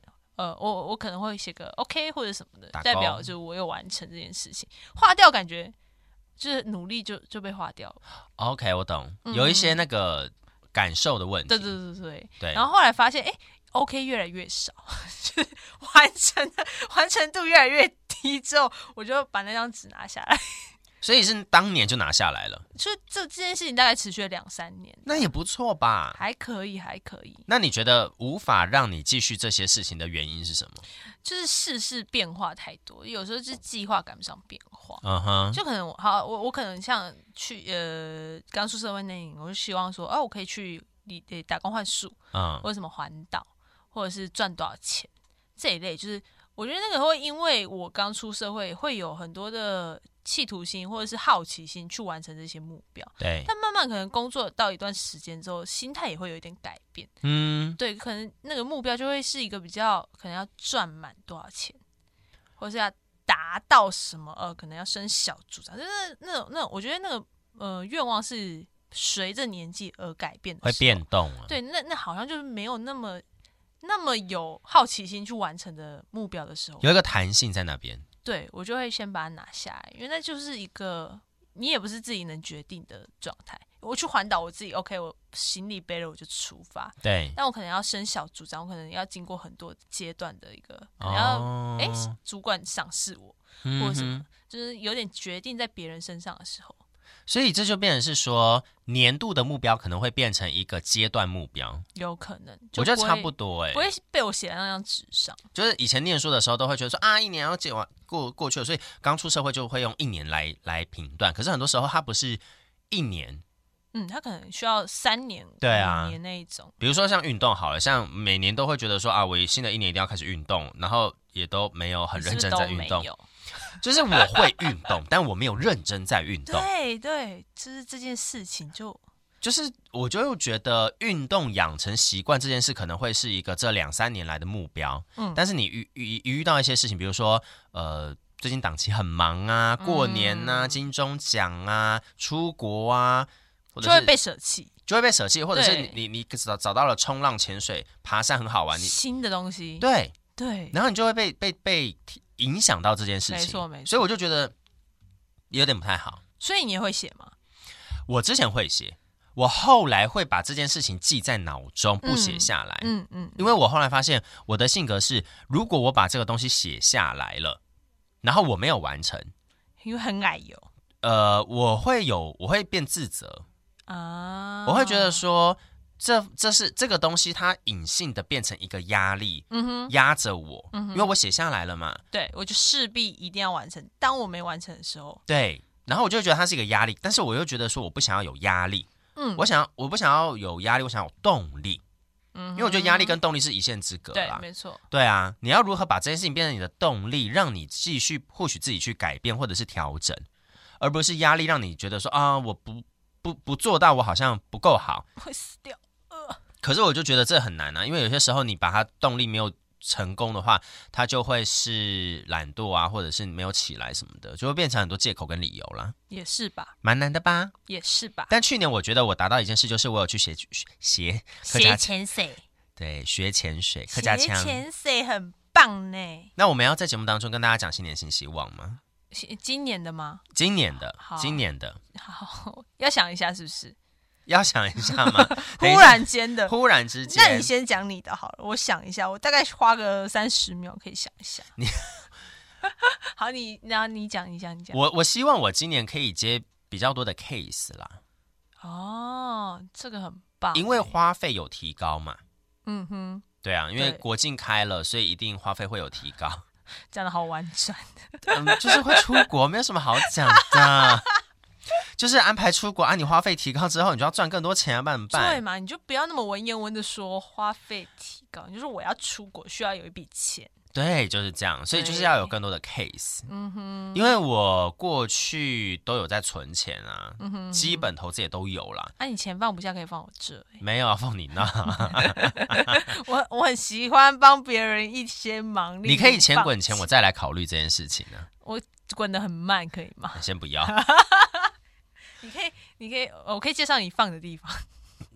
呃，我我可能会写个 OK 或者什么的，代表就我有完成这件事情。划掉感觉就是努力就就被划掉了。 OK， 我懂，有一些那个感受的问题。 对对对对对。 然后后来发现，哎 ，OK 越来越少，就是完成的完成度越来越低之后，我就把那张纸拿下来。 所以是当年就拿下来了， 就这这件事情大概持续了两三年， 那也不错吧？ 还可以，还可以。 那你觉得无法让你继续这些事情的原因是什么？ 就是世事变化太多，有时候就是计划赶不上变化。 嗯哼， 就可能我好，我我可能像去呃刚出社会那年，我就希望说，哦、啊，我可以去打工换宿，嗯，或者什么环岛，或者是赚多少钱这一类，就是我觉得那个会因为我刚出社会，会有很多的企图心或者是好奇心去完成这些目标。 对， 但慢慢可能工作到一段时间之后，心态也会有一点改变。嗯，对，可能那个目标就会是一个比较可能要赚满多少钱，或是要达到什么呃，可能要升小组长，就是那种那种，我觉得那个呃愿望是随着年纪而改变的， 会变动啊。 对，那那好像就是没有那么那么有好奇心去完成的目标的时候， 有一个弹性在那边。 对，我就会先把它拿下来，因为那就是一个你也不是自己能决定的状态。我去环岛，我自己 OK， 我行李背了我就出发。 对， 但我可能要升小组长，我可能要经过很多阶段的一个，可能要哎、哦欸、主管赏识我，或者什么，就是有点决定在别人身上的时候。 所以这就变成是说，年度的目标可能会变成一个阶段目标， 有可能， 我觉得差不多哎、欸， 不会被我写在那张纸上。 就是以前念书的时候都会觉得说啊，一年要解完过过去了，所以刚出社会就会用一年来来评断。可是很多时候它不是一年， 嗯，它可能需要三年、 对啊， 五年那一种。 比如说像运动好了，像每年都会觉得说啊，我新的一年一定要开始运动，然后也都没有很认真在运动。就是我会运动，但我没有认真在运动。 对对，就是这件事情就就是我就觉得运动养成习惯这件事可能会是一个这两三年来的目标。嗯，但是你遇遇遇到一些事情，比如说呃最近档期很忙啊，过年啊，嗯、金钟奖啊，出国啊，或者就会被舍弃， 就会被舍弃，或者是你你你找找到了冲浪、潜水、爬山很好玩，你新的东西， 对对， 然后你就会被被被影响到这件事情， 没错没错， 所以我就觉得有点不太好。 所以你也会写吗？ 我之前会写，我后来会把这件事情记在脑中，不写下来。嗯 嗯, 嗯，因为我后来发现我的性格是，如果我把这个东西写下来了，然后我没有完成， 因为很矮油， 呃，我会有我会变自责啊，我会觉得说。这这是这个东西，它隐性的变成一个压力，嗯哼，压着我，嗯哼，因为我写下来了嘛， 对，我就势必一定要完成。当我没完成的时候， 对，然后我就觉得它是一个压力，但是我又觉得说我不想要有压力，嗯，我想我不想要有压力，我想要有动力，嗯，因为我觉得压力跟动力是一线之隔啦， 对，没错， 对啊，你要如何把这件事情变成你的动力，让你继续或许自己去改变或者是调整，而不是压力让你觉得说啊，我不不不做到，我好像不够好， 会死掉。 可是我就觉得这很难啊，因为有些时候你把它动力没有成功的话，它就会是懒惰啊，或者是没有起来什么的，就会变成很多借口跟理由啦。 也是吧， 蛮难的吧？ 也是吧。 但去年我觉得我达到一件事，就是我有去学学学潜水， 对，学潜水，客家腔， 学潜水很棒呢。 那我们要在节目当中跟大家讲新年新希望吗？ 今年的吗？ 今年的，今年的， 好，要想一下是不是？ 要想一下吗？ 忽然间的， 忽然之间， 那你先讲你的好了，我想一下，我大概花个三十秒可以想一下。你好，你那你讲一下，你讲。 我我希望我今年可以接比较多的 case 啦。 哦，这个很棒， 因为花费有提高嘛。 嗯哼， 对啊，因为国境开了，所以一定花费会有提高。 讲的好婉转嗯，就是会出国，没有什么好讲的。就是安排出国啊，你花费提高之后，你就要赚更多钱啊，办办？ 对嘛？你就不要那么文言文的说花费提高，你就说我要出国需要有一笔钱。 对，就是这样，所以就是要有更多的 case。嗯哼，因为我过去都有在存钱啊，嗯哼，基本投资也都有啦。 那、啊、你钱放不下，可以放我这、欸。 没有啊，放你那。 我我很喜欢帮别人一些忙， 你可以钱滚钱，我再来考虑这件事情呢、啊。 我滚得很慢，可以吗？ 先不要。 你可以，你可以，我可以介绍你放的地方。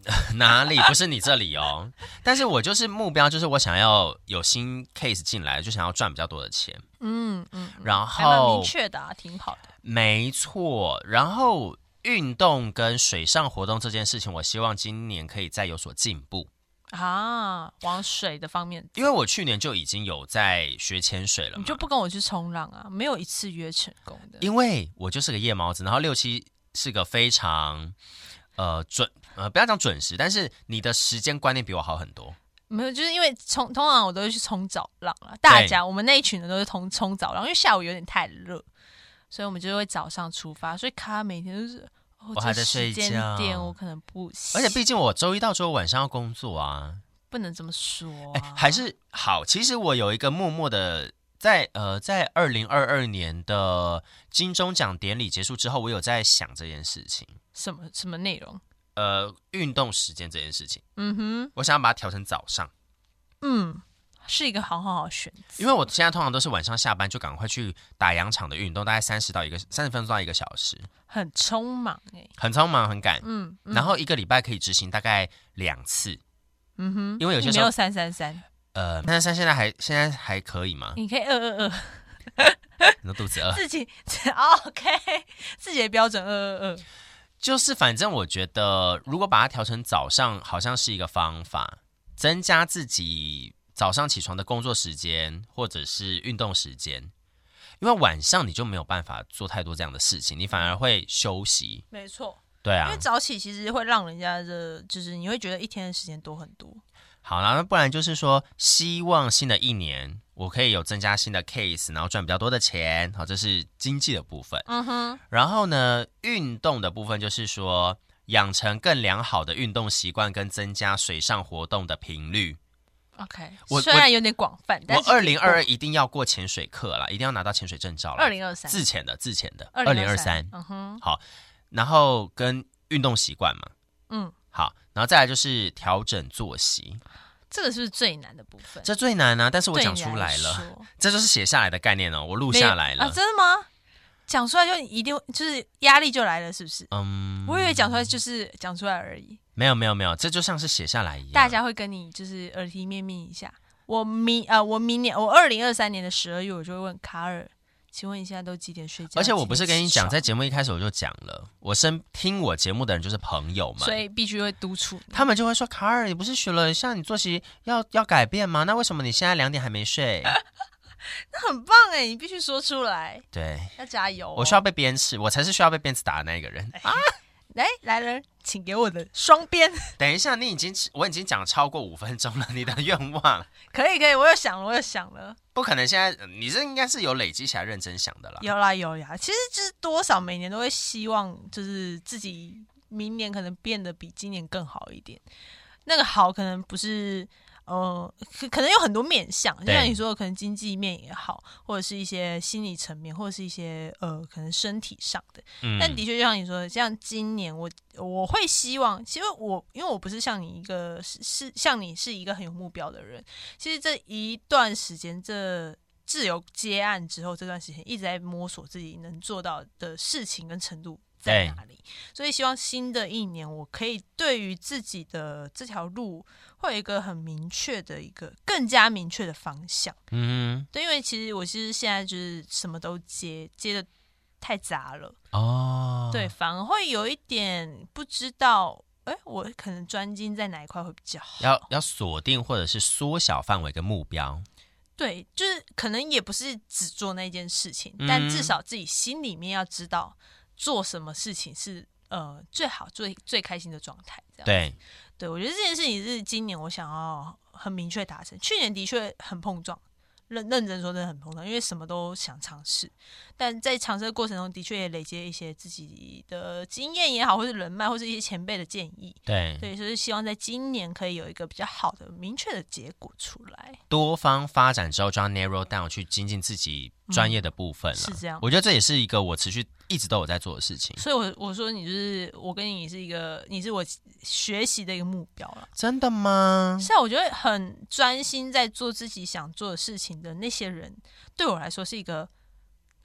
哪里不是你这里哦？但是我就是目标，就是我想要有新 case 进来，就想要赚比较多的钱。 嗯嗯， 然后还蛮明确的啊，挺好的。 没错，然后运动跟水上活动这件事情，我希望今年可以再有所进步啊，往水的方面， 因为我去年就已经有在学潜水了嘛。 你就不跟我去冲浪啊？没有一次约成功的。 因为我就是个夜猫子，然后六七是个非常呃准呃不要讲准时，但是你的时间观念比我好很多。 没有，就是因为冲通常我都会去冲早浪了，大家我们那一群人都是冲冲早浪，因为下午有点太热，所以我们就会早上出发，所以卡每天都是。哦、 我还在睡觉， 时间点我可能不行， 而且毕竟我周一到周五晚上要工作啊， 不能这么说、啊欸。还是好，其实我有一个默默的，在呃，在二零二二年的金钟奖典礼结束之后，我有在想这件事情。 什么什么内容？ 呃，运动时间这件事情。 嗯哼， 我想要把它调成早上。 嗯。是一个好好好选择， 因为我现在通常都是晚上下班就赶快去打烊场的运动，大概三十到一个三十分钟到一个小时， 很匆忙哎、欸， 很匆忙很赶， 嗯，嗯， 然后一个礼拜可以执行大概两次， 嗯哼， 因为有些时候没有三三三， 呃，三三三现在还现在还可以吗？ 你可以二二二， 你说肚子饿， 自己 OK， 自己的标准二二二， 就是反正我觉得如果把它调成早上，好像是一个方法，增加自己。早上起床的工作时间或者是运动时间，因为晚上你就没有办法做太多这样的事情，你反而会休息。 没错， 对啊， 因为早起其实会让人家的，就是你会觉得一天的时间多很多。 好啦，那不然就是说，希望新的一年我可以有增加新的 case， 然后赚比较多的钱。好，这是经济的部分。 嗯哼， 然后呢，运动的部分就是说，养成更良好的运动习惯，跟增加水上活动的频率。 OK， 虽然有点广泛，但是我二零二二一定要过潜水课啦，一定要拿到潜水证照了。 二零二三自潜的自潜的二零二三， 嗯哼， 好，然后跟运动习惯嘛， 嗯， 好，然后再来就是调整作息， 这个是不是最难的部分？ 这最难啊！但是我讲出来了，这就是写下来的概念哦，我录下来了啊，真的吗？讲出来就一定就是压力就来了，是不是？ 嗯， 我以为讲出来就是讲出来而已。 没有没有没有，这就像是写下来一样， 大家会跟你就是耳提面命一下。我明呃，我明年我二零二三年的十二月，我就会问卡尔，请问你现在都几点睡觉？ 而且我不是跟你讲，在节目一开始我就讲了，我身听我节目的人就是朋友们， 所以必须会督促他们就会说：“卡尔，你不是学了像你作息要要改变吗？那为什么你现在两点还没睡？” 那很棒哎，你必须说出来。 对， 要加油、哦。 我需要被鞭笞，我才是需要被鞭笞打的那一个人、 哎、啊！来来人，请给我的双鞭。 等一下，你已经我已经讲超过五分钟了，你的愿望可以可以，我又想了，我又想了。 不可能，现在你这应该是有累积起来认真想的啦。 有啦有呀，其实就是多少每年都会希望，就是自己明年可能变得比今年更好一点。那个好可能不是。呃，可可能有很多面向，就像你说的，可能经济面也好，或者是一些心理层面，或者是一些呃，可能身体上的。嗯、但的确，就像你说的，像今年我我会希望，其实我因为我不是像你一个是是像你是一个很有目标的人，其实这一段时间，这自由接案之后这段时间一直在摸索自己能做到的事情跟程度在哪里，所以希望新的一年我可以对于自己的这条路会有一个很明确的一个更加明确的方向。嗯，对，因为其实我其实现在就是什么都接接的太杂了哦，对，反而会有一点不知道，哎，我可能专精在哪一块会比较好， 要要锁定或者是缩小范围跟目标。 对，就是可能也不是只做那件事情，嗯、但至少自己心里面要知道。做什么事情是呃最好最最开心的状态？这样对对，我觉得这件事情是今年我想要很明确达成。去年的确很碰撞，认认真说真的很碰撞，因为什么都想尝试，但在尝试的过程中的确也累积一些自己的经验也好，或是人脉，或是一些前辈的建议。 对对，所以希望在今年可以有一个比较好的明确的结果出来。 多方发展之后，就要 narrow down 去精进自己专业的部分了、嗯。 是这样， 我觉得这也是一个我持续一直都有在做的事情。 所以我我说你就是我跟你是一个，你是我学习的一个目标了。 真的吗？ 是啊，我觉得很专心在做自己想做的事情的那些人，对我来说是一个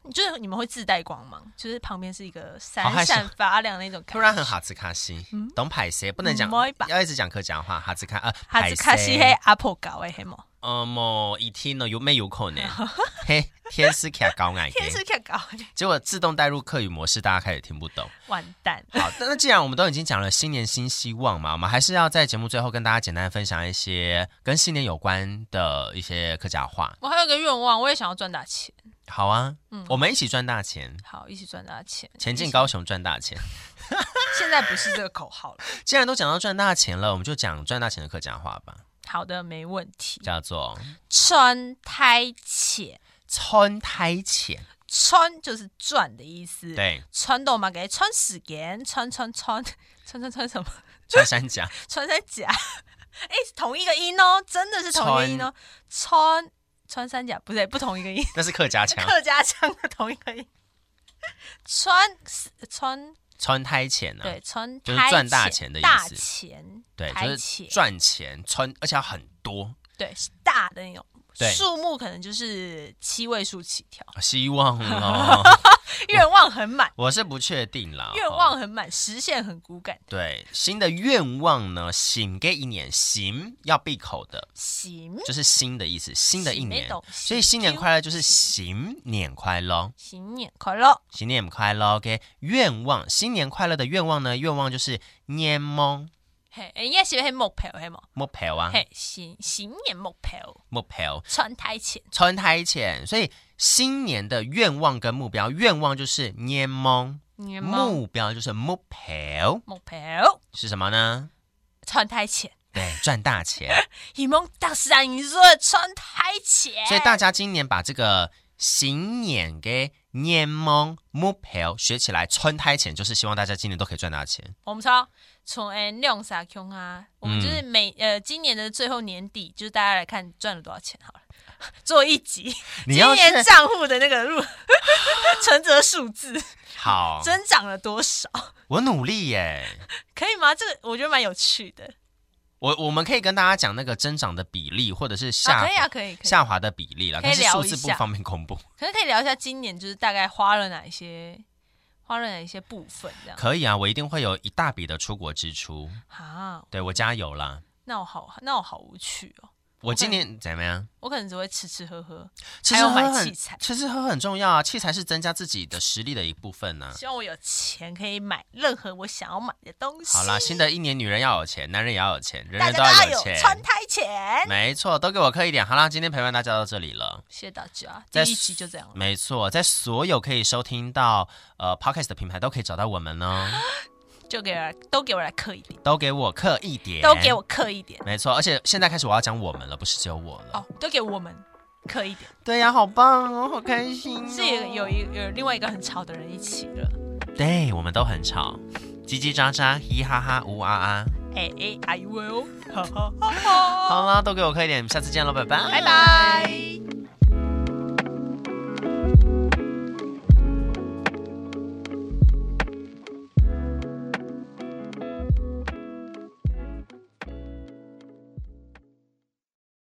就是你们会自带光芒，就是旁边是一个闪闪发亮那种感觉。 突然很哈兹卡西，嗯、懂拍谁不能讲，嗯、要一直讲客家话。哈兹卡呃， 哈兹卡西黑阿婆搞的黑么？ 呃，么一听呢有没有可能？嘿，天师卡高矮， 天师卡高， 结果自动带入客语模式，大家开始听不懂， 完蛋。 好，那既然我们都已经讲了新年新希望嘛，我们还是要在节目最后跟大家简单分享一些跟新年有关的一些客家话。 我还有个愿望，我也想要赚大钱。 好啊，嗯，我们一起赚大钱。 好，一起赚大钱， 前进高雄赚大钱。 现在不是这个口号了。 既然都讲到赚大钱了，我们就讲赚大钱的客家话吧。 好的，没问题。 叫做赚太钱， 赚太钱， 赚就是赚的意思。 对， 赚到嘛给赚时间，赚赚赚赚赚赚什么？ 穿山甲， 穿山甲。哎，同一个音哦，真的是同一个音哦。穿穿山甲不对，不同一个音。 那是客家腔， 客家腔的同一个音。穿穿。 穿太钱啊， 对，穿就是赚大钱的意思， 大钱， 对，就是赚钱，穿而且要很多， 对，是大的那种，数目可能就是七位数起跳。 希望哦， 愿望很满， 我是不确定啦， 愿望很满，实现很骨感。 对，新的愿望呢，新给一年，新要闭口的， 新就是新的意思，新的一年，所以新年快乐就是新年快乐， 新年快乐， 新年快乐。OK， 愿望，新年快乐的愿望呢，愿望就是年梦。 嘿，应该是迄目标，迄么目标啊！ 嘿，新新年目标， 目标穿太钱， 穿太钱，所以新年的愿望跟目标，愿望就是年梦，目标就是目标， 目标是什么呢？ 穿太钱， 对，赚大钱。 希望大三说穿太钱， 所以大家今年把这个新年给年梦目标学起来，穿太钱就是希望大家今年都可以赚大钱。 我们超。从诶量啥穷啊，我们就是每、嗯、呃今年的最后年底，就是大家来看赚了多少钱好了，做一集今年账户的那个入存折数字， 好增长了多少？ 我努力耶， 可以吗？这个我觉得蛮有趣的。 我我们可以跟大家讲那个增长的比例，或者是下、 啊、可以啊，可以，可以下滑的比例啦， 可以聊一下， 但是数字不方便公布。 可是可以聊一下今年就是大概花了哪一些。花了哪一些部分？这样可以啊，我一定会有一大笔的出国支出啊！ 对，我加油啦。 那我好，那我好无趣哦。 我今年怎么样？ 我可能只会吃吃喝喝， 吃吃喝喝还有买器材。 吃吃喝喝很重要啊，器材是增加自己的实力的一部分呢、啊。 希望我有钱可以买任何我想要买的东西。 好啦，新的一年女人要有钱，男人也要有钱，人人都要有钱， 穿太钱。 没错，都给我刻一点。好啦，今天陪伴大家到这里了， 谢谢大家。第一集就这样了。 没错，在所有可以收听到呃 Podcast 的平台都可以找到我们哦。 就给我都给我来刻一点， 都给我刻一点， 都给我刻一点， 没错。而且现在开始我要讲我们了，不是只有我了。 哦，都给我们刻一点。 对呀、啊，好棒哦，好开心、哦。 是有有一有另外一个很吵的人一起了。 对，我们都很吵，叽叽喳喳，嘻哈哈，呜啊啊。 哎哎，哎呦，哈哈哈哈。 好啦，都给我刻一点，下次见了，拜拜， 拜拜。